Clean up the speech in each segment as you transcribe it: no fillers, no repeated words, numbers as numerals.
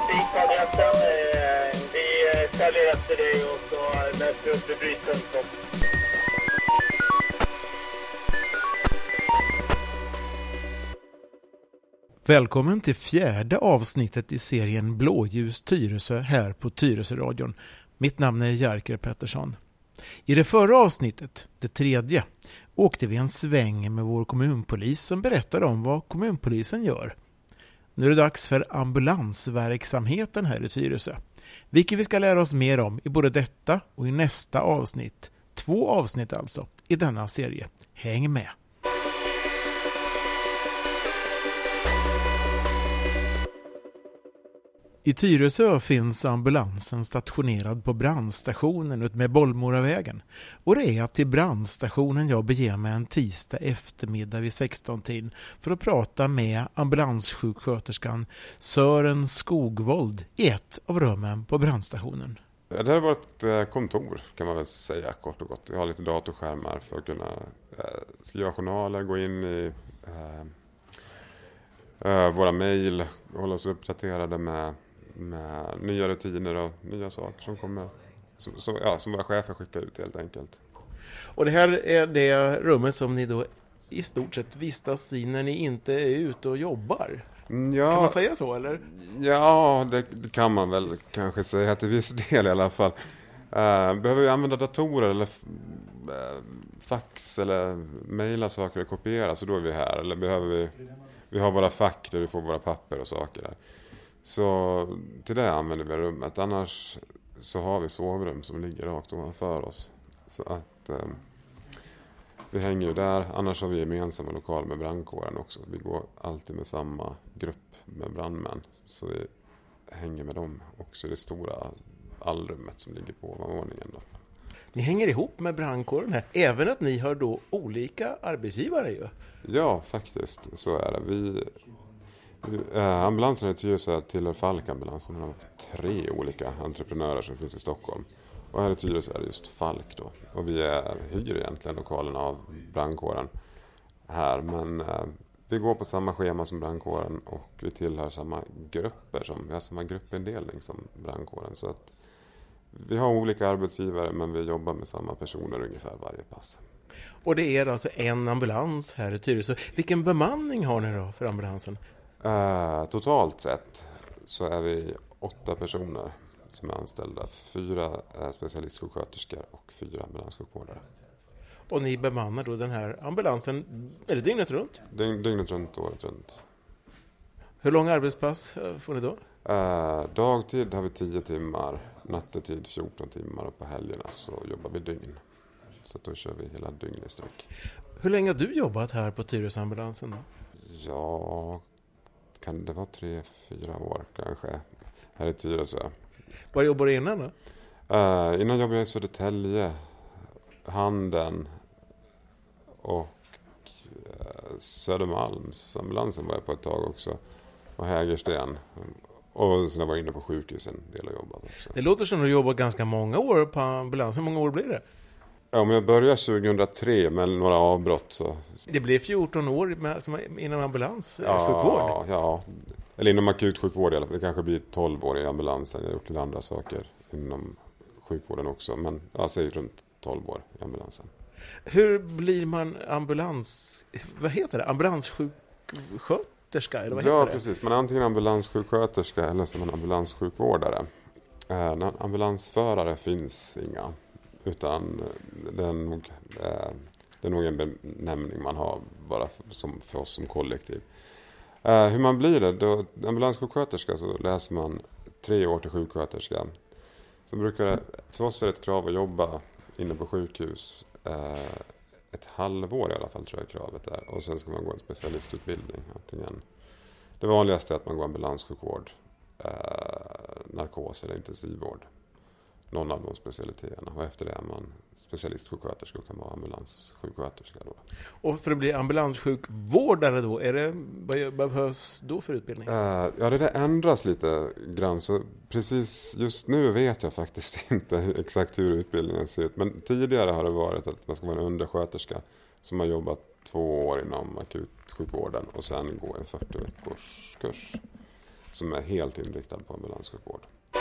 Fikadressen, vi följer efter dig och så läser upp rubriken. Välkommen till fjärde avsnittet i serien Blåljus Tyresö här på Tyresöradion. Mitt namn är Jerker Pettersson. I det förra avsnittet, det tredje, åkte vi en sväng med vår kommunpolis som berättade om vad kommunpolisen gör. Nu är det dags för ambulansverksamheten här i Tyresö. Vilket vi ska lära oss mer om i både detta och i nästa avsnitt. 2 avsnitt alltså i denna serie. Häng med! I Tyresö finns ambulansen stationerad på brandstationen ut med Bollmoravägen. Och det är till brandstationen jag beger mig en tisdag eftermiddag vid 16-tiden för att prata med ambulanssjuksköterskan Sören Skogvold i ett av rummen på brandstationen. Det här var ett kontor kan man väl säga kort och gott. Vi har lite datorskärmar för att kunna skriva journaler, gå in i våra mejl, hålla oss uppdaterade med nya rutiner och nya saker som kommer som våra chefer skickar ut helt enkelt. Och det här är det rummet som ni då i stort sett vistas i när ni inte är ute och jobbar. Ja, kan man säga så eller? Ja, det kan man väl kanske säga till viss del i alla fall. Behöver vi använda datorer eller fax eller mejla saker och kopiera så då är vi här. Eller behöver vi har våra fack där vi får våra papper och saker där. Så till det använder vi rummet. Annars så har vi sovrum som ligger rakt ovanför oss. Så att vi hänger ju där. Annars har vi gemensamma lokaler med brandkåren också. Vi går alltid med samma grupp med brandmän. Så vi hänger med dem också i det stora allrummet som ligger på ovanvåningen då. Ni hänger ihop med brandkåren här. Även att ni har då olika arbetsgivare ju. Ja, faktiskt. Så är det. Ambulansen i Tyresö tillhör Falkambulansen. De har 3 olika entreprenörer som finns i Stockholm. Och här i Tyresö är det just Falk då. Och vi hyr egentligen lokalerna av brandkåren här. Men vi går på samma schema som brandkåren och vi tillhör samma grupper. Vi har samma gruppindelning som brandkåren. Så att vi har olika arbetsgivare men vi jobbar med samma personer ungefär varje pass. Och det är alltså en ambulans här i Tyresö. Vilken bemanning har ni då för ambulansen? Totalt sett så är vi 8 personer som är anställda. 4 specialistsjuksköterskor och 4 ambulanssjukvårdare. Och ni bemannar då den här ambulansen, är det dygnet runt? Dygnet runt, året runt. Hur långa arbetspass får ni då? Dagtid har vi 10 timmar, nattetid 14 timmar och på helgerna så jobbar vi dygn. Så då kör vi hela dygn i sträck. Hur länge har du jobbat här på Tyresöambulansen då? Ja, kan det vara 3-4 år kanske här i Tyresö. Var jobbade du innan då? Innan jobbade jag i Södertälje, Handen och Södermalms ambulansen var jag på ett tag också. Och Hägersten. Och sen var jag inne på sjukhus en del av jobbat också. Det låter som att du jobbat ganska många år på ambulansen. Hur många år blir det? Ja, men jag började 2003 med några avbrott så. Det blir 14 år inom ambulanssjukvård? Ja, eller inom akutsjukvård i alla fall. Det kanske blir 12 år i ambulansen. Jag har gjort till andra saker inom sjukvården också. Men jag säger runt 12 år i ambulansen. Hur blir man ambulanssjuksköterska? Eller vad heter det? Precis. Man är antingen ambulanssjuksköterska eller så är man ambulanssjukvårdare. Ambulansförare finns inga. Utan det är nog en benämning man har bara för oss som kollektiv. Hur man blir det? Då, ambulanssjuksköterska så läser man 3 år till sjuksköterska. Så brukar det, för oss är det ett krav att jobba inne på sjukhus ett halvår i alla fall tror jag kravet är. Och sen ska man gå en specialistutbildning. Antingen. Det vanligaste är att man går ambulanssjukvård, narkos eller intensivvård. Någon av de specialiteterna. Och efter det är man specialistsjuksköterska och kan vara ambulanssjuksköterska då. Och för att bli ambulanssjukvårdare då, vad behövs då för utbildning? Ja, det ändras lite grann. Så precis just nu vet jag faktiskt inte exakt hur utbildningen ser ut. Men tidigare har det varit att man ska vara en undersköterska som har jobbat 2 år inom akutsjukvården och sen gå en 40 veckors kurs. som är helt inriktad på ambulanssjukvård.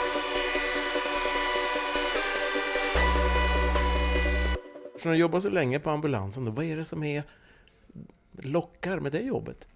För att jobba så länge på ambulansen, då, vad är det som lockar med det jobbet?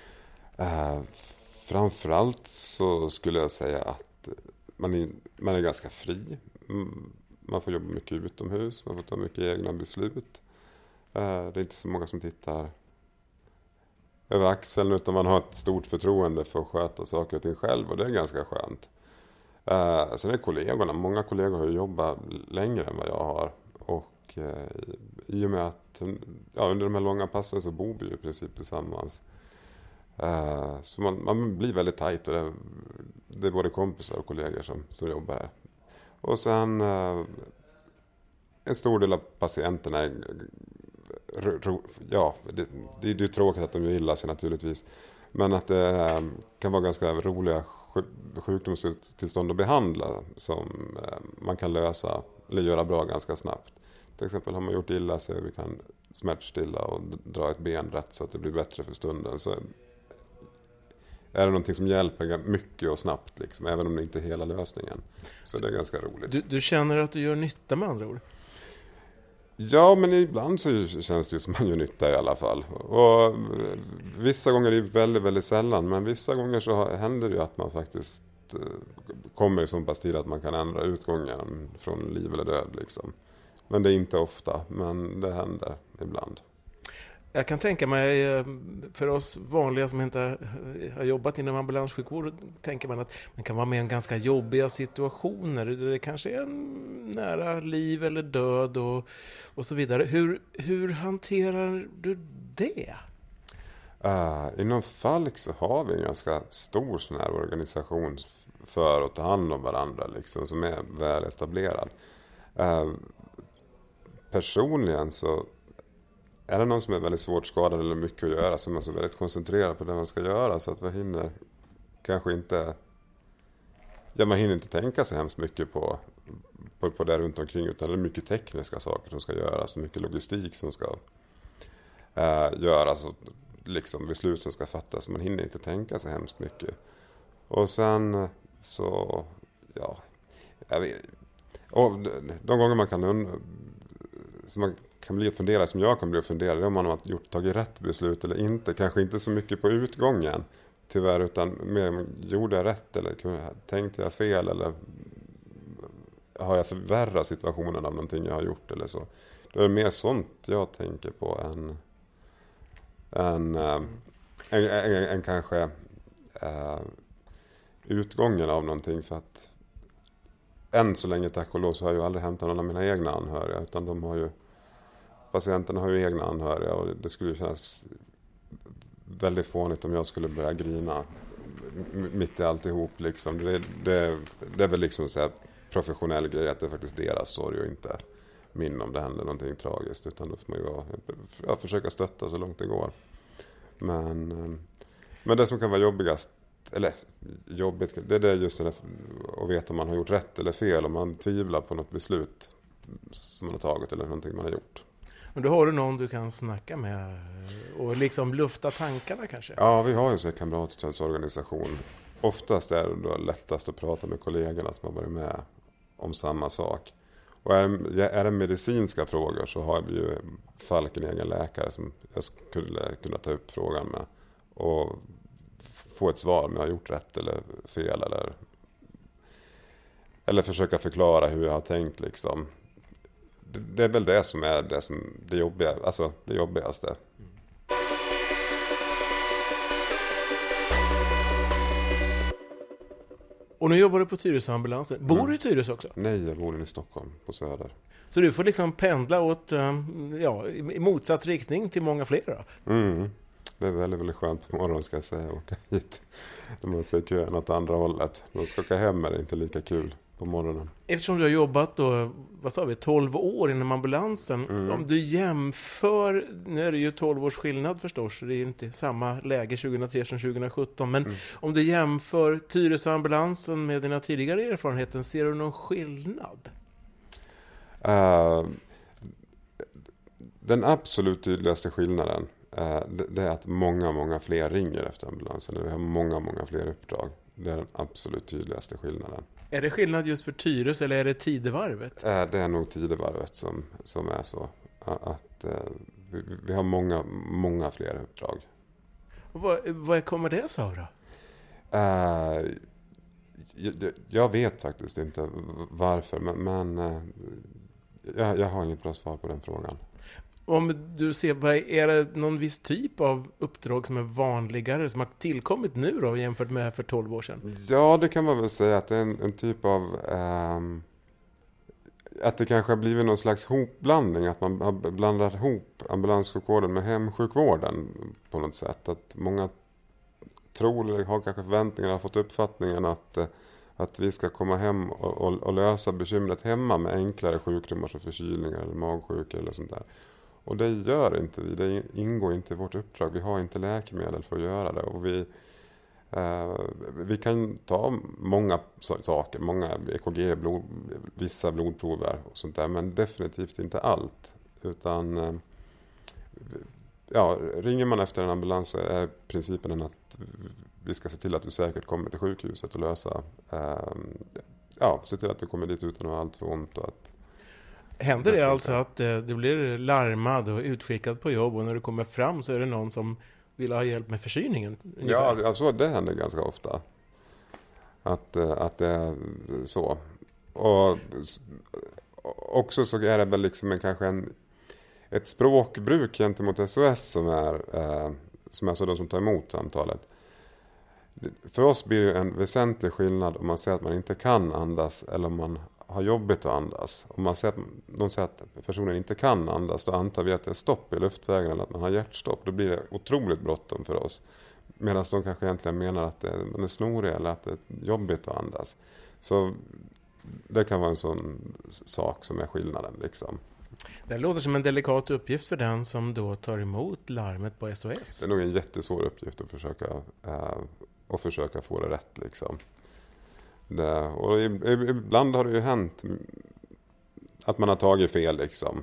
Framförallt så skulle jag säga att man är ganska fri. Man får jobba mycket utomhus, man får ta mycket egna beslut. Det är inte så många som tittar över axeln, utan man har ett stort förtroende för att sköta saker och ting själv, och det är ganska skönt. Sen är kollegorna, många kollegor har ju jobbat längre än vad jag har, och i och med att under de här långa passen så bor vi ju i princip tillsammans. Så man blir väldigt tajt, och det är både kompisar och kollegor som jobbar här. Och sen en stor del av patienterna är, det är tråkigt att de gillar sig naturligtvis, men att det kan vara ganska roliga sjukdomstillstånd att behandla som man kan lösa eller göra bra ganska snabbt. Till exempel har man gjort illa sig, vi kan smärtstilla och dra ett ben rätt så att det blir bättre för stunden. Så är det någonting som hjälper mycket och snabbt, liksom, även om det inte är hela lösningen. Så det är ganska roligt. Du känner att du gör nytta med andra ord? Ja, men ibland så känns det ju som man gör nytta i alla fall. Och vissa gånger är det väldigt, väldigt sällan, men vissa gånger så händer det ju att man faktiskt kommer i så pass tid att man kan ändra utgången från liv eller död, liksom. Men det är inte ofta, men det händer ibland. Jag kan tänka mig, för oss vanliga som inte har jobbat inom ambulanssjukvård, tänker man att man kan vara med i ganska jobbiga situationer. Det kanske är nära liv eller död och så vidare. Hur hanterar du det? Inom Falk så har vi en ganska stor sån här organisation för att ta hand om varandra, liksom, som är väl etablerad. Personligen så är det någon som är väldigt svårt skadad eller mycket att göra, så man är så väldigt koncentrerad på det man ska göra, så att man hinner kanske inte, man hinner inte tänka så hemskt mycket på det runt omkring, utan det är mycket tekniska saker som ska göras, mycket logistik som ska göras, och liksom beslut som ska fattas. Man hinner inte tänka så hemskt mycket. Och sen så, jag vet, och de gånger man kan bli att fundera, som jag kan bli att fundera, det är om man har tagit rätt beslut eller inte. Kanske inte så mycket på utgången, tyvärr, utan mer, gjorde jag rätt eller tänkte jag fel, eller har jag förvärrat situationen av någonting jag har gjort eller så. Det är mer sånt jag tänker på än kanske utgången av någonting, för att än så länge, tack och lov, så har jag aldrig hämtat någon av mina egna anhöriga, utan patienterna har ju egna anhöriga, och det skulle kännas väldigt fånigt om jag skulle börja grina mitt i alltihop, liksom. Det är väl liksom så här professionell grej, att det är faktiskt deras sorg och inte min om det händer någonting tragiskt, utan då får man ju försöka stötta så långt det går. Men det som kan vara jobbigast, eller jobbigt, det är just det där att veta om man har gjort rätt eller fel, om man tvivlar på något beslut som man har tagit eller någonting man har gjort. Men då har du någon du kan snacka med och liksom lufta tankarna kanske? Ja, vi har ju en kamratstödsorganisation. Oftast är det då lättast att prata med kollegorna som har varit med om samma sak. Och är det medicinska frågor så har vi ju Falk en egen läkare som jag skulle kunna ta upp frågan med och få ett svar om jag har gjort rätt eller fel, eller försöka förklara hur jag har tänkt, liksom. Det är väl det som är det jobbiga, alltså det jobbigaste. Och nu jobbar du på Tyresö-ambulansen. Bor du i Tyresö också? Nej, jag bor i Stockholm, på Söder. Så du får liksom pendla åt i motsatt riktning till många fler då? Det är väldigt, väldigt skönt på morgonen, ska jag säga, åka hit. När man ser kön åt andra hållet. När man ska åka hem är det inte lika kul på morgonen. Eftersom du har jobbat då, 12 år inom ambulansen. Om du jämför, nu är det ju 12 års skillnad förstås, det är ju inte samma läge 2003 som 2017. Men om du jämför Tyresö-ambulansen med dina tidigare erfarenheter, ser du någon skillnad? Den absolut tydligaste skillnaden det är att många fler ringer efter ambulansen. Vi har många fler uppdrag. Det är den absolut tydligaste skillnaden. Är det skillnad just för Tyresö eller är det tidevarvet? Det är nog tidevarvet som är så. Att vi har många fler uppdrag. Och vad kommer det sig av då? Jag vet faktiskt inte varför, men jag har inget bra svar på den frågan. Om du ser, är det någon viss typ av uppdrag som är vanligare, som har tillkommit nu då jämfört med för 12 år sedan? Ja, det kan man väl säga att det är en typ av... att det kanske har blivit någon slags hopblandning, att man har blandat ihop ambulanssjukvården med hemsjukvården på något sätt. Att många tror eller har kanske förväntningar, har fått uppfattningen att vi ska komma hem och lösa bekymret hemma med enklare sjukdomar som förkylningar eller magsjuka eller sånt där. Och det gör inte vi, det ingår inte i vårt uppdrag. Vi har inte läkemedel för att göra det. Och vi kan ta många saker, många EKG, vissa blodprover och sånt där, men definitivt inte allt. Utan ringer man efter en ambulans så är principen att vi ska se till att du säkert kommer till sjukhuset och lösa, se till att du kommer dit utan att ha allt för ont. Och att händer det alltså att du blir larmad och utskickad på jobb och när du kommer fram så är det någon som vill ha hjälp med förkylningen? Ungefär? Ja, alltså det händer ganska ofta. Att det är så. Och också så är det väl liksom kanske ett språkbruk gentemot SOS som är så de som tar emot samtalet. För oss blir det en väsentlig skillnad om man säger att man inte kan andas eller om man har jobbigt att andas. Om man säger de säger att personen inte kan andas, då antar vi att det är stopp i luftvägen eller att man har hjärtstopp. Då blir det otroligt bråttom för oss. Medan de kanske egentligen menar att man är snorig eller att det är jobbigt att andas. Så det kan vara en sån sak som är skillnaden liksom. Det låter som en delikat uppgift för den som då tar emot larmet på SOS. Det är nog en jättesvår uppgift att försöka få det rätt liksom. Och ibland har det ju hänt att man har tagit fel liksom.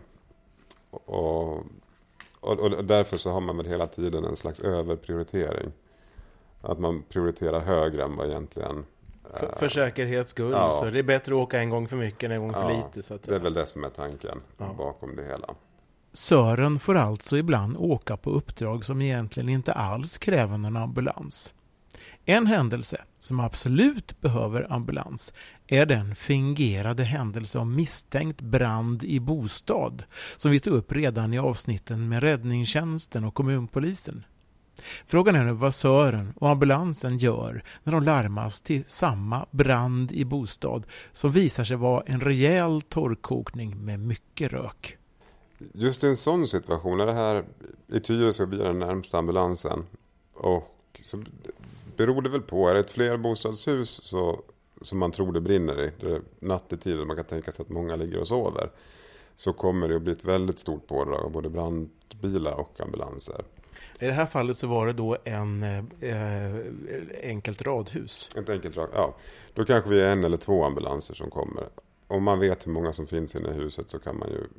Och därför så har man väl hela tiden en slags överprioritering. Att man prioriterar högre än vad egentligen... För säkerhets skull, så det är bättre att åka en gång för mycket än en gång för lite. Så att det är väl det som är tanken bakom det hela. Sören får alltså ibland åka på uppdrag som egentligen inte alls kräver någon ambulans. En händelse som absolut behöver ambulans är den fingerade händelse om misstänkt brand i bostad som vi tog upp redan i avsnitten med räddningstjänsten och kommunpolisen. Frågan är nu vad Sören och ambulansen gör när de larmas till samma brand i bostad som visar sig vara en rejäl torrkokning med mycket rök. Just i en sån situation är det här i Tyresö blir den närmsta ambulansen och så beror det väl på, är det ett flerbostadshus som man tror det brinner i, det är nattetid och man kan tänka sig att många ligger och sover, så kommer det att bli ett väldigt stort pådrag av både brandbilar och ambulanser. I det här fallet så var det då en enkelt radhus. Ett enkelt radhus, ja. Då kanske vi är 1 eller 2 ambulanser som kommer. Om man vet hur många som finns inne i huset så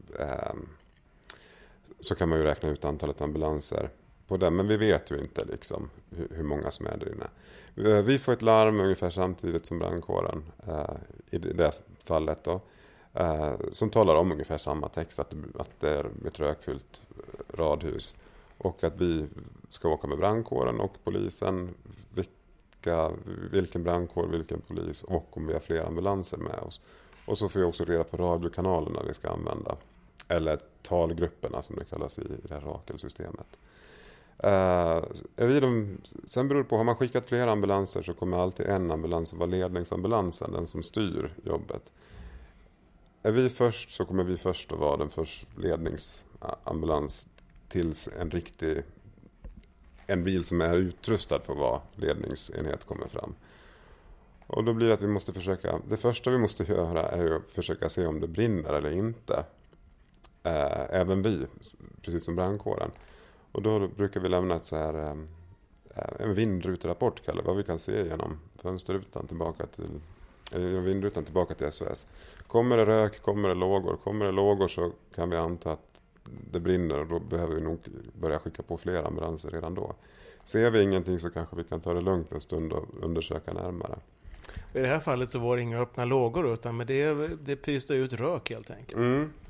kan man ju räkna ut antalet ambulanser på det, men vi vet ju inte liksom hur många som är där inne. Vi får ett larm ungefär samtidigt som brandkåren i det fallet då, som talar om ungefär samma text, att det är ett rökfyllt radhus och att vi ska åka med brandkåren och polisen, vilken brandkår, vilken polis och om vi har fler ambulanser med oss. Och så får vi också reda på radiokanalerna vi ska använda, eller talgrupperna som det kallas i det här Rakel-systemet. Sen beror det på, har man skickat flera ambulanser så kommer alltid en ambulans att vara ledningsambulansen, den som styr jobbet. Är vi först så kommer vi först att vara den första ledningsambulans tills en bil som är utrustad för att vara ledningsenhet kommer fram. Och då blir det att vi måste försöka, det första vi måste göra är ju att försöka se om det brinner eller inte. Även vi, precis som brandkåren. Och då brukar vi lämna en vindruterapport, kallar vad vi kan se genom fönsterrutan vindrutan tillbaka till SOS. Kommer det rök, kommer det lågor så kan vi anta att det brinner och då behöver vi nog börja skicka på fler ambulanser redan då. Ser vi ingenting så kanske vi kan ta det lugnt en stund och undersöka närmare. I det här fallet så var det inga öppna lågor utan men det pyste ut rök helt enkelt.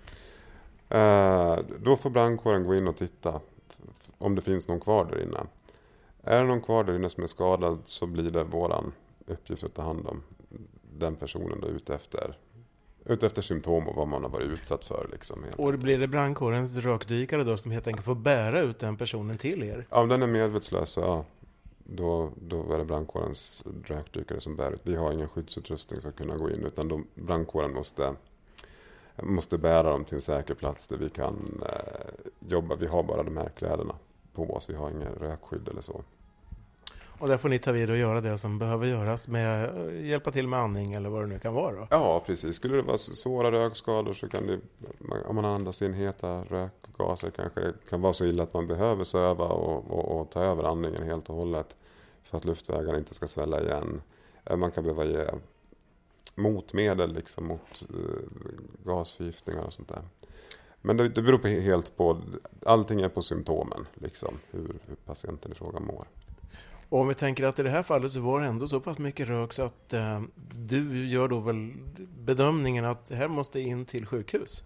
Då får brandkåren gå in och titta om det finns någon kvar där inne. Är det någon kvar där inne som är skadad så blir det våran uppgift att ta hand om den personen då ute efter symptom och vad man har varit utsatt för. Liksom, och blir det brandkårens rökdykare då som helt enkelt får bära ut den personen till er? Ja, om den är medvetslös så då är det brandkårens rökdykare som bär ut. Vi har ingen skyddsutrustning för att kunna gå in utan brandkåren måste bära dem till en säker plats där vi kan jobba. Vi har bara de här kläderna på oss. Vi har ingen rökskydd eller så. Och där får ni ta vid och göra det som behöver göras med hjälpa till med andning eller vad det nu kan vara då? Ja, precis. Skulle det vara svåra rökskador så kan det, om man andas in heta rökgaser kanske det kan vara så illa att man behöver söva och ta över andningen helt och hållet för att luftvägarna inte ska svälla igen. Man kan behöva ge motmedel liksom mot gasförgiftningar och sånt där. Men det beror helt på, allting är på symptomen liksom, hur patienten i fråga mår. Och om vi tänker att i det här fallet så var det ändå så pass mycket rök så att du gör då väl bedömningen att det här måste in till sjukhus?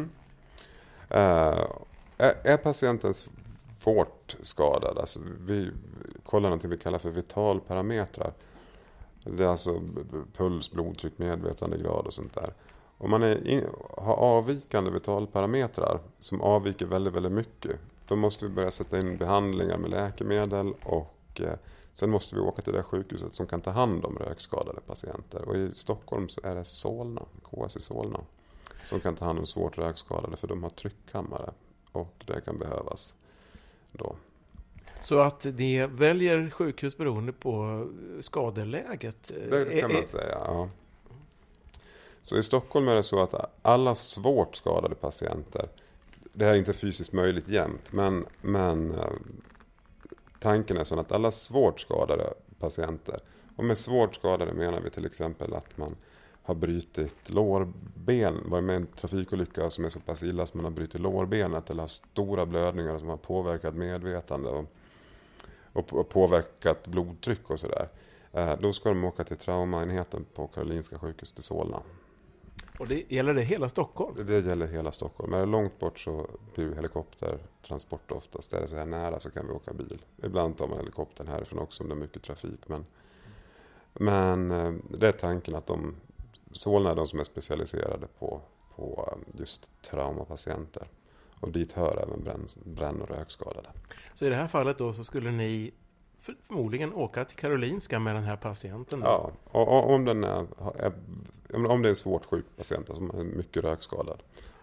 Är patienten svårt skadad, alltså vi kollar någonting vi kallar för vitalparametrar. Det är alltså puls, blodtryck, medvetandegrad och sånt där. Om man har avvikande vitalparametrar som avviker väldigt, väldigt mycket, då måste vi börja sätta in behandlingar med läkemedel och sen måste vi åka till det sjukhuset som kan ta hand om rökskadade patienter. Och i Stockholm så är det Solna, KS i Solna, som kan ta hand om svårt rökskadade för de har tryckkammare och det kan behövas då. Så att ni väljer sjukhus beroende på skadeläget? Det kan man säga, ja. Så i Stockholm är det så att alla svårt skadade patienter, det här är inte fysiskt möjligt jämt, men tanken är så att alla svårt skadade patienter, och med svårt skadade menar vi till exempel att man har brutit lårben, varit med i en trafikolycka som är så pass illa som man har brutit lårbenet eller har stora blödningar som har påverkat medvetande och påverkat blodtryck och sådär. Då ska de åka till traumaenheten på Karolinska sjukhuset i Solna. Och gäller det hela Stockholm? Det gäller hela Stockholm. Är det långt bort så blir det helikoptertransport oftast. Är det så här nära så kan vi åka bil. Ibland tar man helikoptern härifrån också om det är mycket trafik. Men det är tanken att Solna är de som är specialiserade på just traumapatienter. Och dit hör även bränn- och rökskadade. Så i det här fallet då så skulle ni förmodligen åka till Karolinska med den här patienten då? Ja, och om det är en svårt sjuk patient som är mycket rökskadad.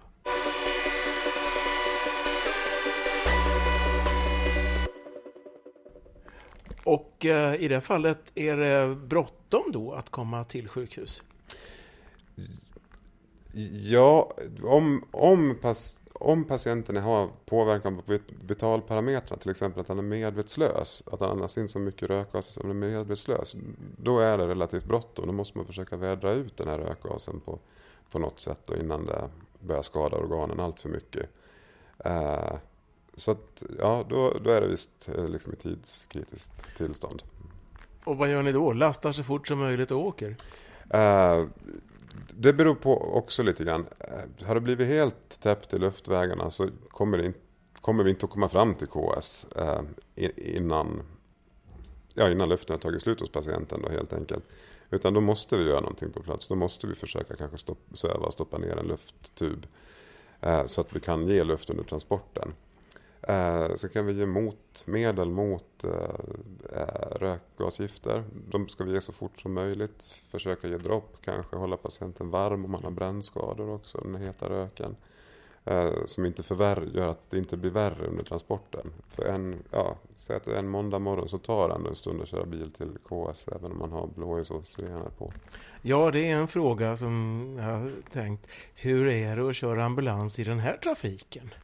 Och i det fallet är det bråttom då att komma till sjukhus? Ja, om patienten har påverkan på vitalparametrar, till exempel att han är medvetslös, att han andas in så mycket rökgaser som är medvetslös, då är det relativt bråttom. Då måste man försöka vädra ut den här rökgasen på något sätt då, innan det börjar skada organen allt för mycket. Så att, ja, då är det visst liksom i tidskritiskt tillstånd. Och vad gör ni då? Lastar så fort som möjligt och åker? Det beror på också lite grann. Har det blivit helt täppt i luftvägarna så kommer vi inte att komma fram till KS innan luften har tagit slut hos patienten då, helt enkelt. Utan då måste vi göra någonting på plats. Då måste vi försöka kanske söva och stoppa ner en lufttub så att vi kan ge luft under transporten. Så kan vi ge motmedel mot rökgasgifter. De ska vi ge så fort som möjligt. Försöka ge dropp, kanske hålla patienten varm om man har brännskador också, den heta röken. Som inte gör att det inte blir värre under transporten. För säg att en måndag morgon så tar det en stund att köra bil till KS även om man har blåljusåsrenare på. Ja, det är en fråga som jag har tänkt. Hur är det att köra ambulans i den här trafiken?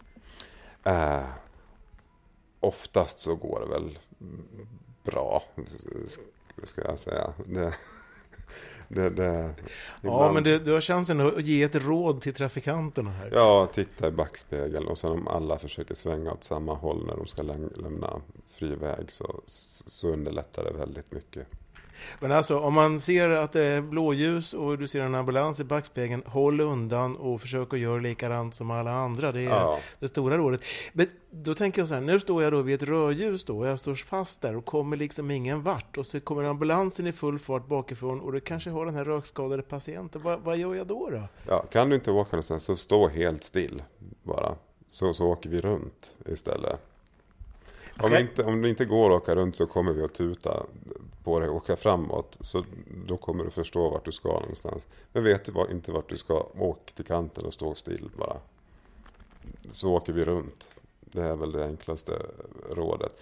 Oftast så går det väl bra, ska jag säga. Ja, men du har chansen att ge ett råd till trafikanterna här. Ja, titta i backspegeln och sen om alla försöker svänga åt samma håll när de ska lämna fri väg så underlättar det väldigt mycket. Men alltså, om man ser att det är blåljus och du ser en ambulans i backspegeln, håll undan och försök att göra likadant som alla andra. Det är det stora rådet. Men då tänker jag så här, nu står jag då vid ett rödljus då, och jag står fast där och kommer liksom ingen vart. Och så kommer ambulansen i full fart bakifrån och du kanske har den här rökskadade patienten. Vad gör jag då? Ja, kan du inte åka någonstans så stå helt still bara. Så åker vi runt istället. Om det inte går att åka runt så kommer vi att tuta på dig och åka framåt. Så då kommer du förstå vart du ska någonstans. Men vet du inte vart du ska, åk till kanten och stå still bara. Så åker vi runt. Det är väl det enklaste rådet.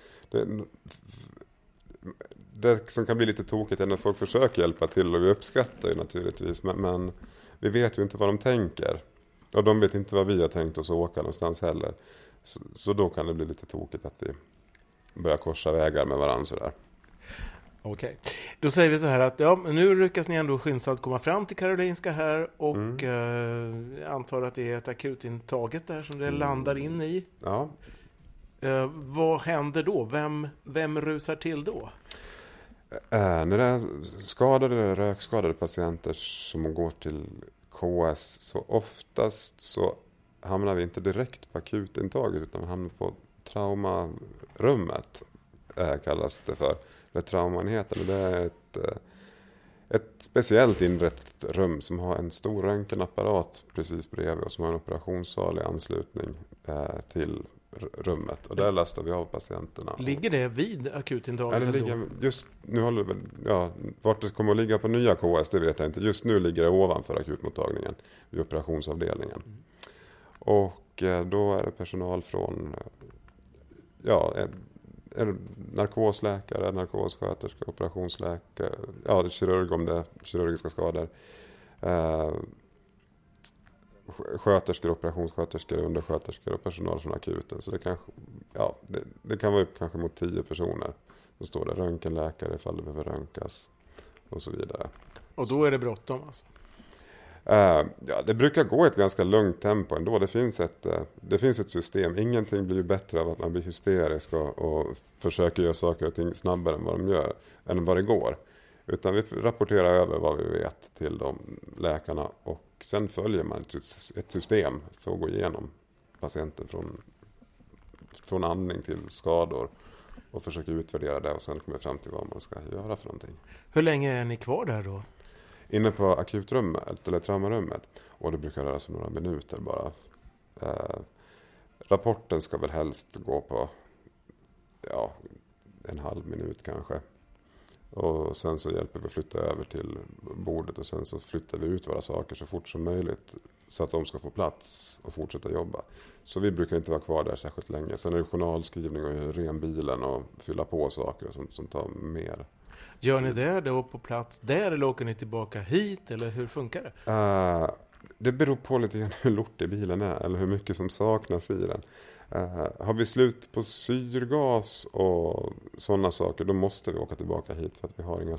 Det som kan bli lite tokigt är när folk försöker hjälpa till, och vi uppskattar ju naturligtvis. Men vi vet ju inte vad de tänker. Och de vet inte vad vi har tänkt oss att åka någonstans heller. Så då kan det bli lite tokigt att vi börjar korsa vägar med varandra sådär. Okej. Då säger vi så här att nu lyckas ni ändå skyndsamt komma fram till Karolinska här och antar att det är ett akutintaget där som det landar in i. Ja. Vad händer då? Vem rusar till då? När det är skadade eller rökskadade patienter som går till KS så oftast så hamnar vi inte direkt på akutintaget utan vi hamnar på traumarummet kallas det för. Det är traumaenheten. Det är ett speciellt inrett rum som har en stor röntgenapparat precis bredvid och som har en operationssal i anslutning till rummet. Och där lastar vi av patienterna. Ligger det vid akutintaget? Ja, det ligger just nu vart det kommer att ligga på nya KS, det vet jag inte. Just nu ligger det ovanför akutmottagningen vid operationsavdelningen. Och då är det personal från narkosläkare, narkossköterska, operationsläkare, kirurg om det är kirurgiska skador. Sköterskor, operationssköterskor, undersköterskor och personal från akuten. Så det kan vara kanske mot 10 personer. Då står det röntgenläkare ifall det behöver röntgas och så vidare. Och då är det bråttom alltså? Det brukar gå ett ganska lugnt tempo ändå. Det finns ett system. Ingenting blir ju bättre av att man blir hysterisk och försöker göra saker och ting snabbare än vad de gör, än vad det går. Utan vi rapporterar över vad vi vet till de läkarna och sen följer man ett system för att gå igenom patienten från andning till skador och försöker utvärdera det och sen kommer fram till vad man ska göra för någonting. Hur länge är ni kvar där då? Inne på akutrummet eller traumarummet. Och det brukar röra sig några minuter bara. Rapporten ska väl helst gå på en halv minut kanske. Och sen så hjälper vi att flytta över till bordet och sen så flyttar vi ut våra saker så fort som möjligt. Så att de ska få plats och fortsätta jobba. Så vi brukar inte vara kvar där särskilt länge. Sen är det journalskrivning och ren bilen och fylla på saker som tar mer. Gör ni det då på plats där eller åker ni tillbaka hit eller hur funkar det? Det beror på lite grann hur lortig bilen är eller hur mycket som saknas i den. Har vi slut på syrgas och sådana saker då måste vi åka tillbaka hit för att vi har inga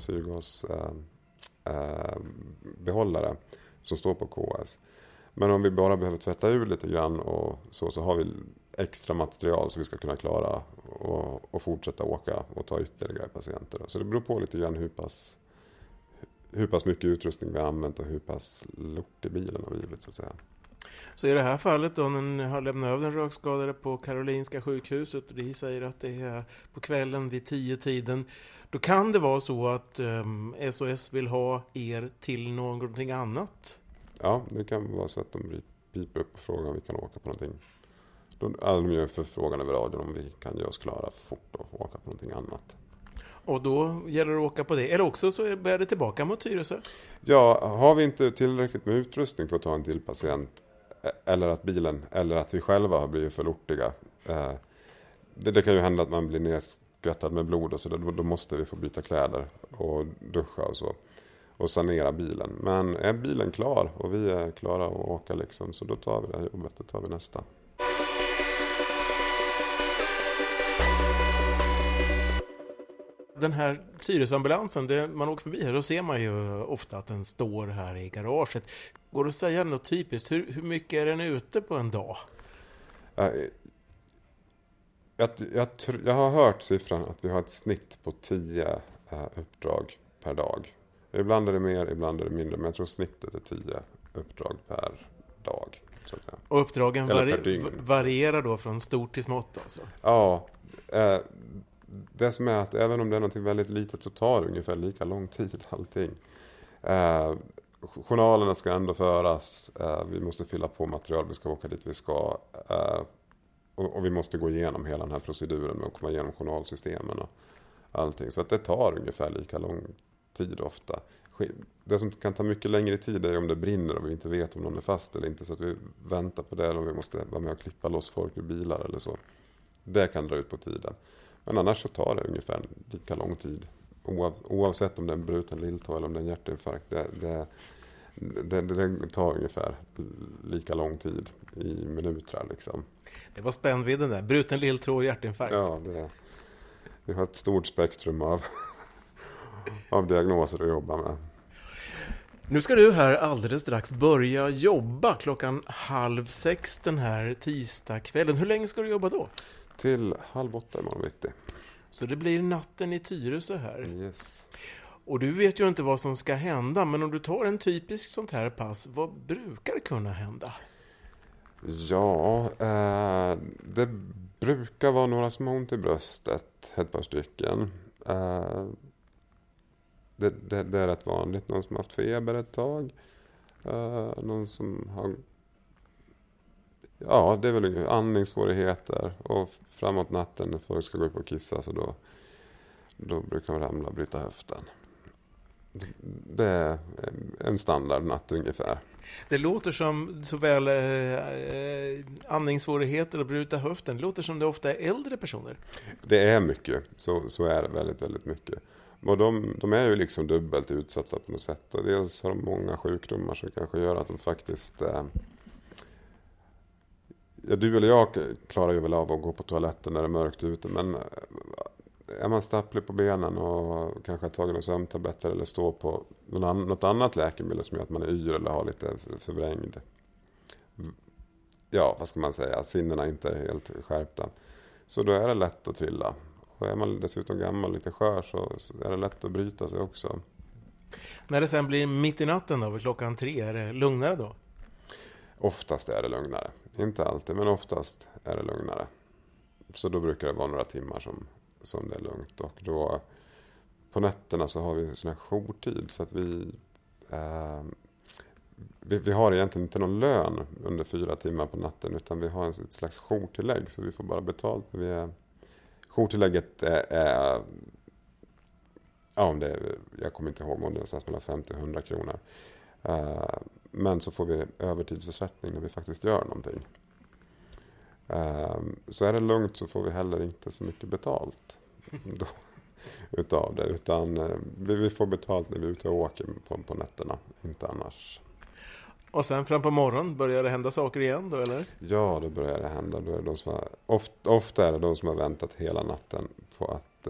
syrgasbehållare som står på KS. Men om vi bara behöver tvätta ur lite grann och så har vi extra material så vi ska kunna klara och fortsätta åka och ta ytterligare patienter. Så det beror på lite grann hur pass mycket utrustning vi har använt och hur pass lortig bilen har blivit så att säga. Så i det här fallet då när ni har lämnat över den rökskadade på Karolinska sjukhuset och de säger att det är på kvällen vid 10-tiden, då kan det vara så att SOS vill ha er till någonting annat? Ja, det kan vara så att de piper upp och frågar om vi kan åka på någonting. De gör förfrågan över radion om vi kan göra oss klara fort och åka på någonting annat. Och då gäller det att åka på det. Eller också så bär det tillbaka mot Tyresö? Ja, har vi inte tillräckligt med utrustning för att ta en till patient eller att vi själva har blivit för lortiga. Det kan ju hända att man blir nedskvättad med blod och så då måste vi få byta kläder och duscha och så. Och sanera bilen. Men är bilen klar och vi är klara att åka liksom, så då tar vi det här jobbet, då tar vi nästa. Den här Tyresöambulansen, man åker förbi här, då ser man ju ofta att den står här i garaget. Går det att säga något typiskt? Hur mycket är den ute på en dag? Jag har hört siffran att vi har ett snitt på 10 uppdrag per dag. Ibland är det mer, ibland är det mindre, men jag tror snittet är 10 uppdrag per dag. Så att säga. Och uppdragen varierar då från stort till smått alltså? Ja, det som är att även om det är något väldigt litet så tar det ungefär lika lång tid allting. Journalerna ska ändå föras, vi måste fylla på material, vi ska åka dit vi ska, och vi måste gå igenom hela den här proceduren med att komma igenom journalsystemen och allting. Så att det tar ungefär lika lång tid ofta. Det som kan ta mycket längre tid är om det brinner och vi inte vet om någon är fast eller inte, så att vi väntar på det, eller om vi måste vara med och klippa loss folk ur bilar eller så. Det kan dra ut på tiden. Men annars så tar det ungefär lika lång tid. Oavsett om det är en bruten lilltå eller om det är en hjärtinfarkt. Det tar ungefär lika lång tid i minuter liksom. Det var spännvidden där. Bruten lilltå och hjärtinfarkt. Ja, vi har ett stort spektrum av diagnoser att jobba med. Nu ska du här alldeles strax börja jobba 5:30 den här tisdagskvällen. Hur länge ska du jobba då? Till 7:30 imorgon bitti. Så det blir natten i Tyresö här. Yes. Och du vet ju inte vad som ska hända, men om du tar en typisk sånt här pass, vad brukar kunna hända? Ja, det brukar vara några som har ont i bröstet, ett par stycken. Det är rätt vanligt. Någon som har haft feber ett tag. Någon som har... Ja, det är väl andningssvårigheter. Och framåt natten när folk ska gå upp och kissa, så då brukar de ramla och bryta höften. Det är en standard natt ungefär. Det låter som såväl andningssvårigheter och bryta höften. Det låter som det ofta är äldre personer. Det är mycket. Så är det väldigt, väldigt mycket. Och de är ju liksom dubbelt utsatta på något sätt. Och dels har de många sjukdomar som kanske gör att de faktiskt... du eller jag klarar ju väl av att gå på toaletten när det är mörkt ute. Men är man stapplig på benen och kanske har tagit några sömntabletter eller står på något annat läkemedel som gör att man är yr eller har lite förvrängd. Ja, vad ska man säga? Sinnena inte är helt skärpta. Så då är det lätt att trilla. Och är man dessutom gammal, lite skör, så är det lätt att bryta sig också. När det sen blir mitt i natten då, vid 3:00, är det lugnare då? Oftast är det lugnare. Inte alltid, men oftast är det lugnare. Så då brukar det vara några timmar som det är lugnt. Och då på nätterna så har vi sån här jourtid, så att vi har egentligen inte någon lön under 4 timmar på natten, utan vi har ett slags jourtillägg, så vi får bara betalt när jourtillägget är jag kommer inte ihåg om det är någonstans mellan 50 och 100 kronor. Men så får vi övertidsersättning när vi faktiskt gör någonting. Så är det lugnt så får vi heller inte så mycket betalt utav det. Utan vi får betalt när vi är ute och åker på nätterna, inte annars. Och sen fram på morgonen börjar det hända saker igen då, eller? Ja, då börjar det hända. Då är det ofta är det de som har väntat hela natten på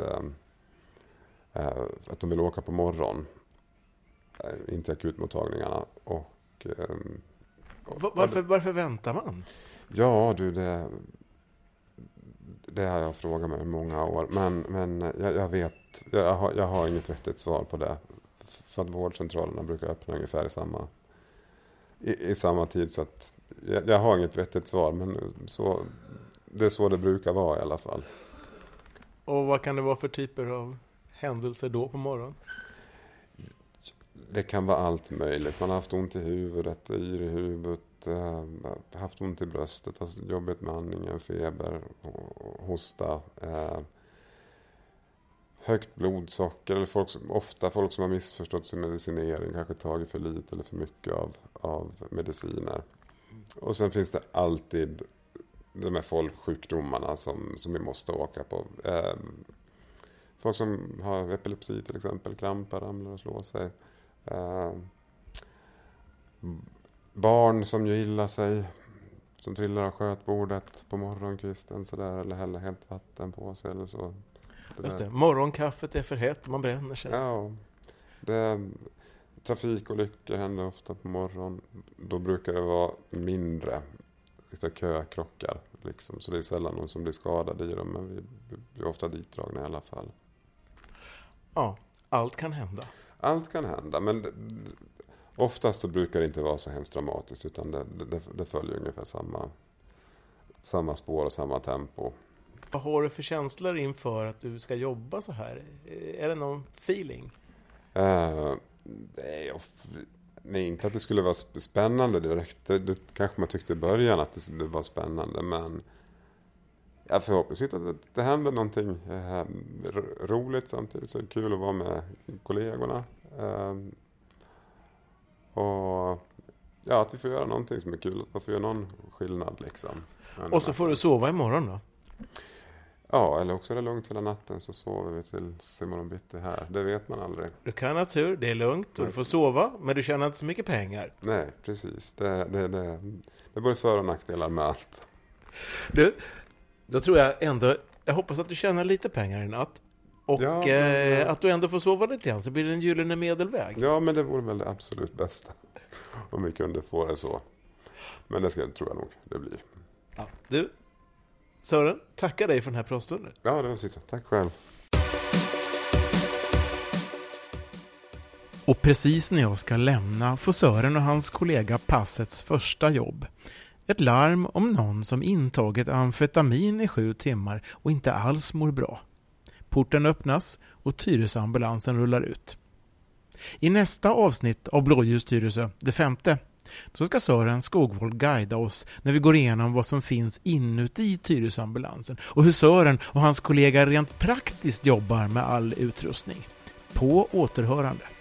att de vill åka på morgon. Inte akutmottagningarna. Och, varför väntar man? Ja, det har jag frågat mig i många år. Men jag vet, jag har inget vettigt svar på det. För att vårdcentralerna brukar öppna ungefär i samma tid. Så att jag har inget vettigt svar, men det är så det brukar vara i alla fall. Och vad kan det vara för typer av händelser då på morgonen? Det kan vara allt möjligt. Man har haft ont i huvudet, yr i huvudet, haft ont i bröstet, alltså jobbigt med andningen, feber, hosta, högt blodsocker, eller folk som har missförstått sin medicinering, kanske tagit för lite eller för mycket av mediciner. Och sen finns det alltid de här folksjukdomarna som vi måste åka på. Folk som har epilepsi till exempel, krampar, ramlar och slår sig. Barn som gillar sig, som trillar av skötbordet på morgonkvisten sådär, eller häller helt vatten på sig eller så. Just det. Morgonkaffet är för hett, man bränner sig. Ja, trafikolyckor händer ofta på morgonen. Då brukar det vara mindre kökrockar. Liksom. Så det är sällan någon som blir skadad i dem. Men vi blir ofta ditdragna i alla fall. Ja, allt kan hända. Allt kan hända, men oftast så brukar det inte vara så hemskt dramatiskt. Utan det följer ungefär samma spår och samma tempo. Vad har du för känslor inför att du ska jobba så här? Är det någon feeling? Nej, inte att det skulle vara spännande direkt. Det kanske man tyckte i början att det var spännande. Men jag förhoppningsvis att det händer någonting roligt samtidigt. Så är det kul att vara med kollegorna. Och ja, att vi får göra någonting som är kul. Att vi får göra någon skillnad liksom. Och så får du sova imorgon då? Ja, eller också är det lugnt hela natten så sover vi till imorgon bitti här. Det vet man aldrig. Du kan ha tur, det är lugnt och du får sova, men du tjänar inte så mycket pengar. Nej, precis. Det är både för- och nackdelar med allt. Du, då tror jag ändå, jag hoppas att du tjänar lite pengar i natt. Och att du ändå får sova lite grann så blir det en gyllene medelväg. Ja, men det vore väl det absolut bästa. Om vi kunde få det så. Men det tror jag nog det blir. Ja. Du, Sören, tackar dig för den här pratstunden. Ja, det var så. Tack själv. Och precis när jag ska lämna får Sören och hans kollega passets första jobb. Ett larm om någon som intagit amfetamin i 7 timmar och inte alls mår bra. Porten öppnas och Tyresö-ambulansen rullar ut. I nästa avsnitt av Blåljus Tyresö, det 5:e, så ska Sören Skogvold guida oss när vi går igenom vad som finns inuti Tyresö-ambulansen och hur Sören och hans kollega rent praktiskt jobbar med all utrustning. På återhörande.